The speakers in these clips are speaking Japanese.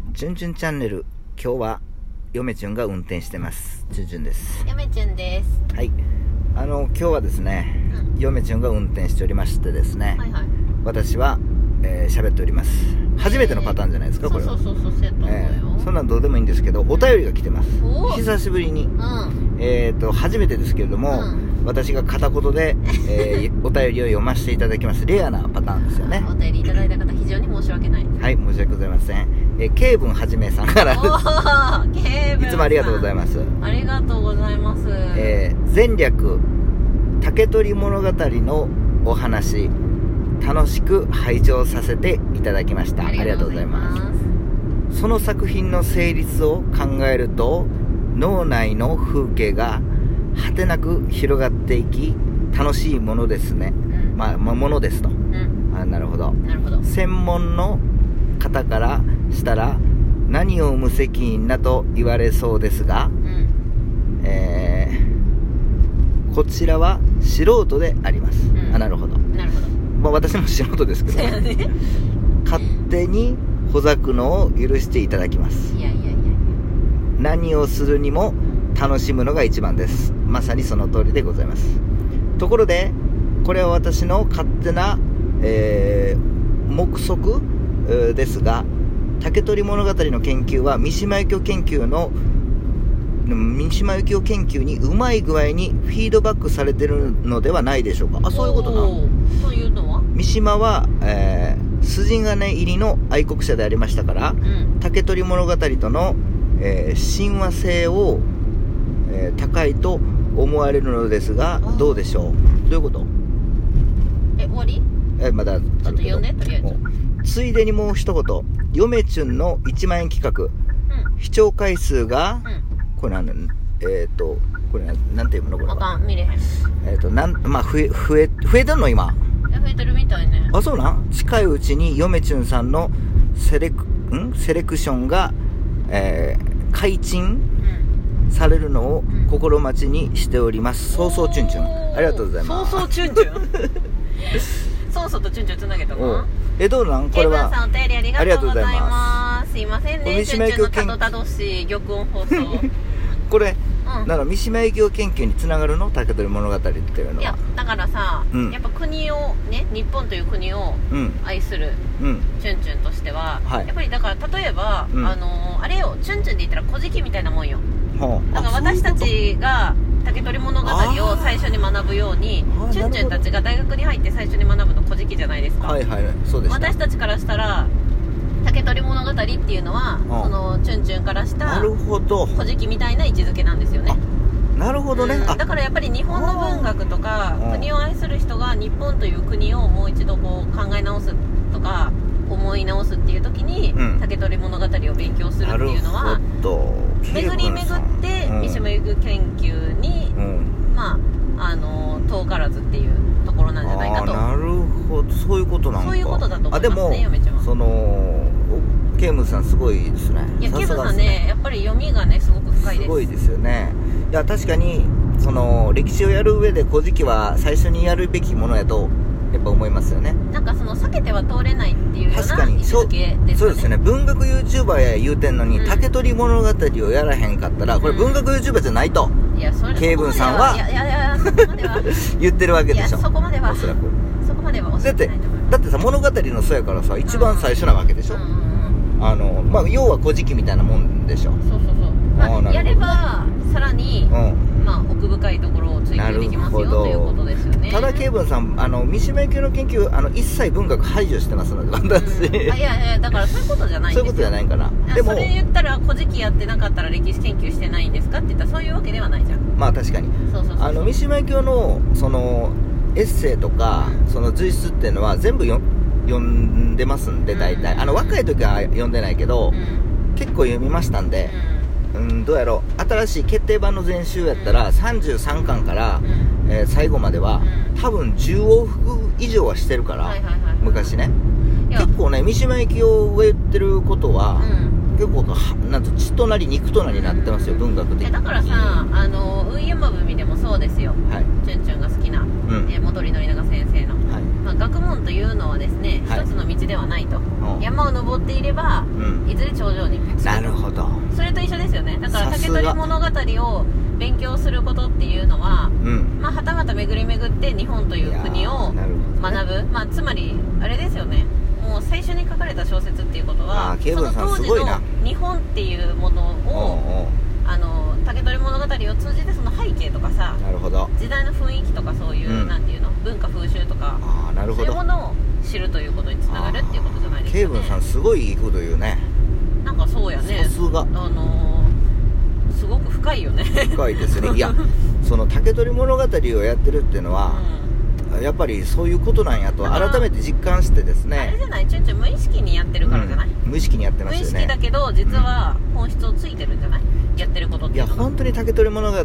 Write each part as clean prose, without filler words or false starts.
チュンチュンチャンネル。今日は嫁チュンが運転してます。チュンチュンです。 嫁チュンです。 はい。今日はですね、嫁チュンが運転しておりましてですね、 はいはい、 私は喋っております。初めてのパターンじゃないですか、これは。 そうそんなんどうでもいいんですけど、お便りが来てます。久しぶりに、初めてですけれども、私が片言で、お便りを読ませていただきます。レアなパターンですよね。 お便りいただいた方、非常に申し訳ない。 はい、申し訳ございません。ケイブンはじめさんからです。いつもありがとうございます。 ありがとうございます。 前略竹取物語のお話、楽しく拝聴させていただきました。ありがとうございます。その作品の成立を考えると、脳内の風景が果てなく広がっていき、楽しいものですね。ものですと。なるほど。専門の方からしたら何を無責任なと言われそうですが、こちらは素人であります。なるほど。私も素人ですけど、勝手にほざくのを許していただきます。何をするにも楽しむのが一番です。まさにその通りでございます。ところで、これは私の勝手な、目測、ですが、竹取物語の研究は三島由紀夫研究にうまい具合にフィードバックされているのではないでしょうか。そういうことなの。 というのは、 三島は、筋金入りの愛国者でありましたから、竹取物語との、親和性を、高いと思われるのですが、どうでしょう。どういうこと。 終わり。 まだあるけど、 ちょっと読んで、とりあえず。 ついでにもう一言、嫁チュンの1万円企画、視聴回数が、これなんていうのこれは。 見れへん。 増えてんの今。 増えてるみたいね。 そうなん。近いうちに嫁チュンさんのセレクションが、開陳されるのを心待ちにしております。そうそうチュンチュン。ありがとうございます。 そうそうチュンチュン。そうそうとチュンチュンつなげたの。 どうなんこれは。 ケイブンさん、お便りありがとうございます。すいませんね、チュンチュンのたどたどしい玉音放送。 これ、三島由紀夫研究につながるの、竹取物語っていうのは。 いや、だからさ、やっぱ国をね、日本という国を愛するチュンチュンとしては、やっぱりだから例えば、あれよ、チュンチュンで言ったら古事記みたいなもんよ。だから私たちが竹取物語を最初に学ぶように、チュンチュンたちが大学に入って最初に学ぶの古事記じゃないですか。 そうです。 私たちからしたら竹取物語っていうのは、そのチュンチュンからした古事記みたいな位置づけなんですよね。 なるほどね。 だからやっぱり日本の文学とか国を愛する人が日本という国をもう一度こう考え直すとか思い直すっていう時に、竹取物語を勉強するっていうのは、巡り巡って三島由紀夫研究に、遠からずっていうところなんじゃないかと。 なるほど、そういうことなんか。 そういうことだと思いますね。 でもケイムさんすごいですね。 いや、ケイムさんね、やっぱり読みがねすごく深いです。 すごいですよね。いや、確かに歴史をやる上で古事記は最初にやるべきものやとやっぱ思いますよね。 なんか避けては通れないっていうような位置づけですよね。 そうですね。文学 YouTuber や言うてんのに、竹取物語をやらへんかったら、これ文学 YouTuber じゃないと、ケイブンさんはそこまでは言ってるわけでしょ。 そこまではおそらくそこまではおっしゃってないと思います。 だってさ、物語のそうやからさ、一番最初なわけでしょ。要は古事記みたいなもんでしょ。 そうやればさらに、奥深いところを追求できますよということですよね。 ただケイブンさん、三島由紀夫の研究、一切文学排除してますので、私。 いや、だからそういうことじゃないんですよ。 そういうことじゃないかな。 でもそれ言ったら、古事記やってなかったら歴史研究してないんですかって言ったら、そういうわけではないじゃん。 確かに。 三島由紀夫のエッセイとか、随筆っていうのは全部読んでますんで、大体若い時は読んでないけど、結構読みましたんで、どうやろう、新しい決定版の全集やったら33巻から、最後までは、多分10往復以上はしてるから、昔ね。結構ね、三島由紀夫が言ってることは、 結構なんと血となり肉となりになってますよ、文学的に。 だからさ、雲山文でもそうですよ、はい、チュンチュンが好きな、本居宣長先生の、はい、まあ、学問というのはですね、はい、一つの道ではないと、山を登っていれば、いずれ頂上に着く。 なるほど。 それと一緒ですよね。だから竹取物語を勉強することっていうのは、まあ、はたまた巡り巡って日本という国を学ぶ、まあ、つまりあれですよね、もう最初に書かれた小説っていうことは、その当時の日本っていうものを竹取物語を通じてその背景とかさ、 なるほど、 時代の雰囲気とかそういう、なんていうの、文化風習とか、 なるほど、 そういうものを知るということにつながるっていうことじゃないですかね。 ケイブンさんすごいいいこと言うね。 なんかそうやね、 さすが、 すごく深いよね。 深いですね。いや、その竹取物語をやってるっていうのは、やっぱりそういうことなんやと改めて実感してですね。 あれじゃない、チュンチュン無意識にやってるからじゃない、 無意識にやってますよね。 無意識だけど実は本質をついてるんじゃない、やってることっていうのが。 いや本当に竹取物語、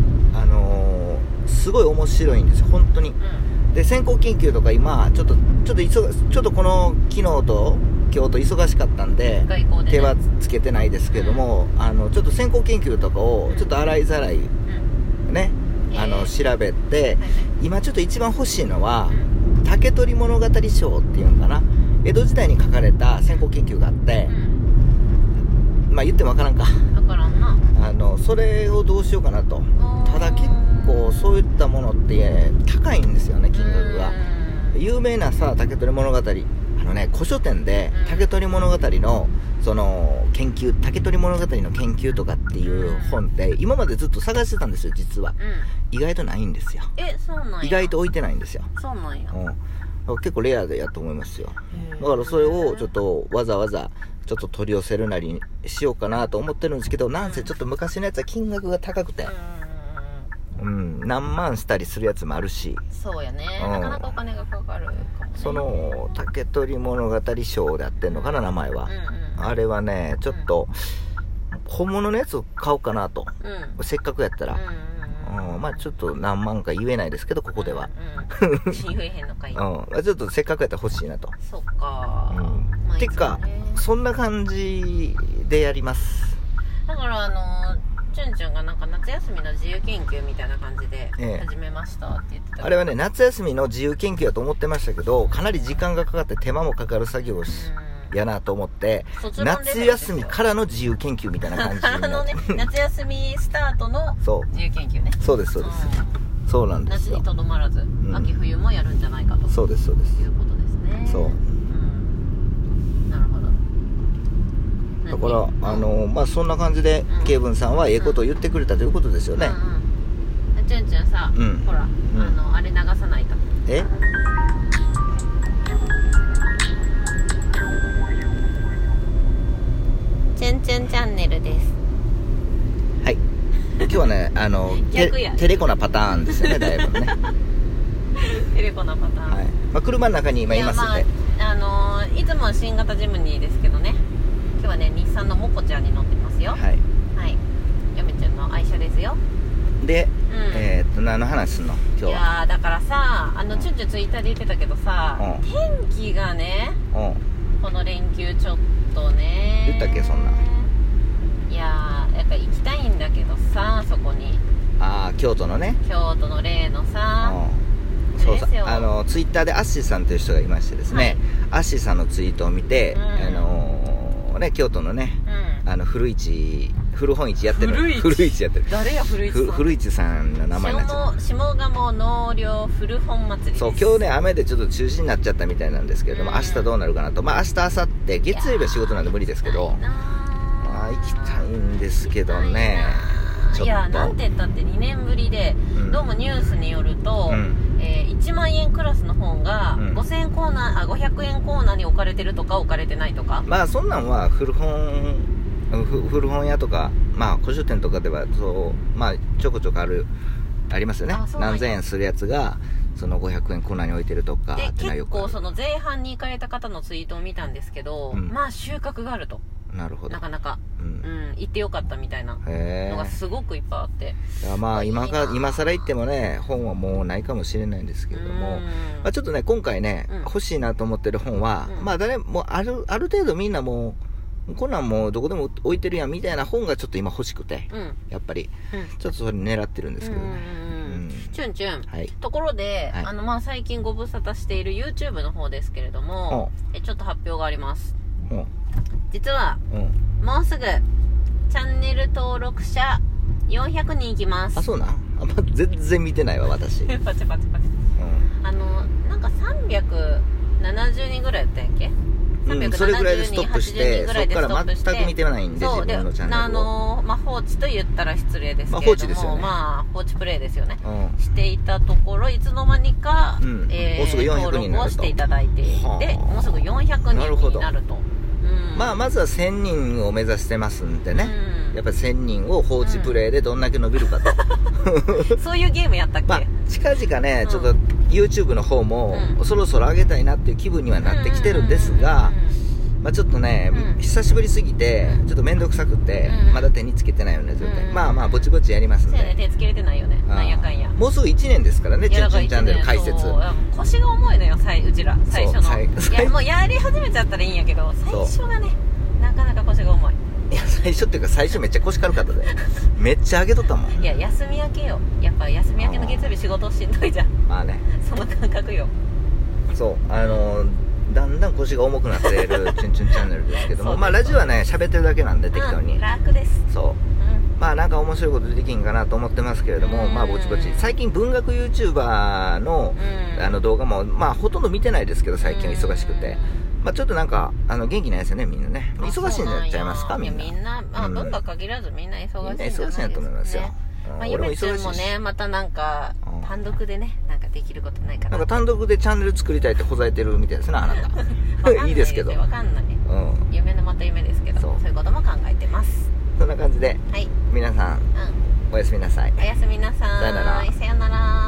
すごい面白いんですよ本当に、で先行研究とか今ちょっとこの昨日と今日と忙しかったんで、手はつけてないですけども、ちょっと先行研究とかをちょっと洗いざらいね、調べて、今ちょっと一番欲しいのは竹取物語賞っていうのかな、江戸時代に書かれた先行研究があって、まあ言っても分からんか、 分からんな。 それをどうしようかなと。ただ結構そういったものって高いんですよね、金額が。有名なさ竹取物語、古書店で竹取物語のその研究、竹取物語の研究とかっていう本って今までずっと探してたんですよ実は、意外とないんですよ。 そうなんや。 意外と置いてないんですよ。 そうなんや、 結構レアでやと思いますよ。だからそれをちょっとわざわざちょっと取り寄せるなりしようかなと思ってるんですけど、なんせちょっと昔のやつは金額が高くて、何万したりするやつもあるし。 そうやね、なかなかお金がかかるかもね。 その竹取物語賞であってんのかな、名前は、あれはねちょっと本物のやつを買おうかなと、せっかくやったら、まあちょっと何万か言えないですけどここでは、 言えへんのかい、 ちょっとせっかくやったら欲しいなと。 そっか、 てかそんな感じでやります。 だからチュンチュンがなんか夏休みの自由研究みたいな感じで始めましたって言ってた、 あれはね夏休みの自由研究だと思ってましたけど、かなり時間がかかって手間もかかる作業やなと思って、夏休みからの自由研究みたいな感じになって夏休みスタートの自由研究ね。 そうです、そうなんですよ。 夏にとどまらず、秋冬もやるんじゃないかと。 そうです、 いうことですね。 そう、 なるほど。 だからまあそんな感じでケイブンさんはええことを言ってくれたということですよね。 チュンチュンさ、ほらあれ流さないと。チュンチュンチャンネルです。 はい、今日はねテレコなパターンですよね、だいぶね。 テレコなパターン、 はい、まあ、車の中に今いますんで、 いつもは新型ジムニーですけどね、今日はね日産のモコちゃんに乗ってますよ。はい、嫁ちゃんの愛車ですよ。 で、何の話すんの今日は。 いやだからさ、チュンチュンツイッターで言ってたけどさ、天気がね、この連休ちょっとね。 言ったっけそんな。 いややっぱ行きたいんだけどさ、そこに。 京都のね、 京都の例のさ、 そうツイッターでアッシーさんという人がいましてですね、アッシーさんのツイートを見て、京都のね、古本市やってる。古市やってる。 誰や古市さん。 古市さんの名前になっちゃった。 下鴨納涼古本祭りです。 そう、今日ね雨でちょっと中止になっちゃったみたいなんですけれども、明日どうなるかなと。まあ明日明後日月曜日は仕事なんで無理ですけど、行きたいんですけどね。 いやなんて言ったって2年ぶりで、どうもニュースによると、1万円クラスの本が500円コーナーに置かれてるとか置かれてないとか。 まあそんなんは古本屋とか、まあ古書店とかではまあちょこちょこありますよね。何千円するやつがその500円コーナーに置いてるとか。 で結構その前半に行かれた方のツイートを見たんですけど、まあ収穫があると。 なるほど。 なかなか、行ってよかったみたいなのがすごくいっぱいあって。 まあ今更行ってもね、本はもうないかもしれないんですけれども、まあ、ちょっとね今回ね、欲しいなと思ってる本は、まあもうある程度みんなもうこんなんもうどこでも置いてるやんみたいな本がちょっと今欲しくて、やっぱり、ちょっとそれ狙ってるんですけどね。 チュンチュン、ところで、まあ最近ご無沙汰している YouTube の方ですけれども、ちょっと発表があります。実は、もうすぐチャンネル登録者400人いきます。 あ、そうなん？全然見てないわ私。 パチパチパチ。なんか370人ぐらいやったんやっけ？ それぐらいでストップして、そこから全く見てないんで、自分のチャンネルを。 まあ放置と言ったら失礼ですけれども、 放置ですよね。 まあ放置プレイですよね。していたところ、いつの間にか、登録をしていただいて、で、もうすぐ400人になると。 まあまずは1000人を目指してますんでね、やっぱり1000人を放置プレイでどんだけ伸びるかと、 そういうゲームやったっけ？ 近々ね、ちょっと YouTube の方もそろそろ上げたいなっていう気分にはなってきてるんですが、まあちょっとね、久しぶりすぎてちょっと面倒くさくて、まだ手につけてないよね、絶対。まあまあぼちぼちやりますんで。 手つけれてないよね、なんやかんや。 もうすぐ1年ですからね、チュンチュンチャンネル開設。 腰が重いのよ、うちら最初の。いや、もうやり始めちゃったらいいんやけど、最初がね、なかなか腰が重い。 いや、最初っていうか最初めっちゃ腰軽かったで。めっちゃ上げとったもん。 いや、休み明けよ。やっぱ休み明けの月曜日仕事しんどいじゃん。 まあね、 その感覚よ。 そう、だんだん腰が重くなっているチュンチュンチャンネルですけども、まあラジオはね、喋ってるだけなんで適当に。 楽です。 そう。まあなんか面白いことできんかなと思ってますけれども、まあぼちぼち。最近文学 YouTuber の動画も、まあほとんど見てないですけど、最近は忙しくて。まあちょっとなんか、元気ないですよね、みんなね。忙しいんじゃっちゃいますか、みんな。 みんな、まあ文学限らずみんな忙しいんじゃないですか。 忙しいんだと思いますよ。 まあゆめちゃんもね、またなんか、単独でね、なんかできることないかな。 なんか単独でチャンネル作りたいってほざいてるみたいですね、あなた。いいですけど。 わかんない。夢のまた夢ですけど、そういうことも考えてます。 そんな感じで、皆さん、おやすみなさい。 おやすみなさい。 さよなら。 さよなら。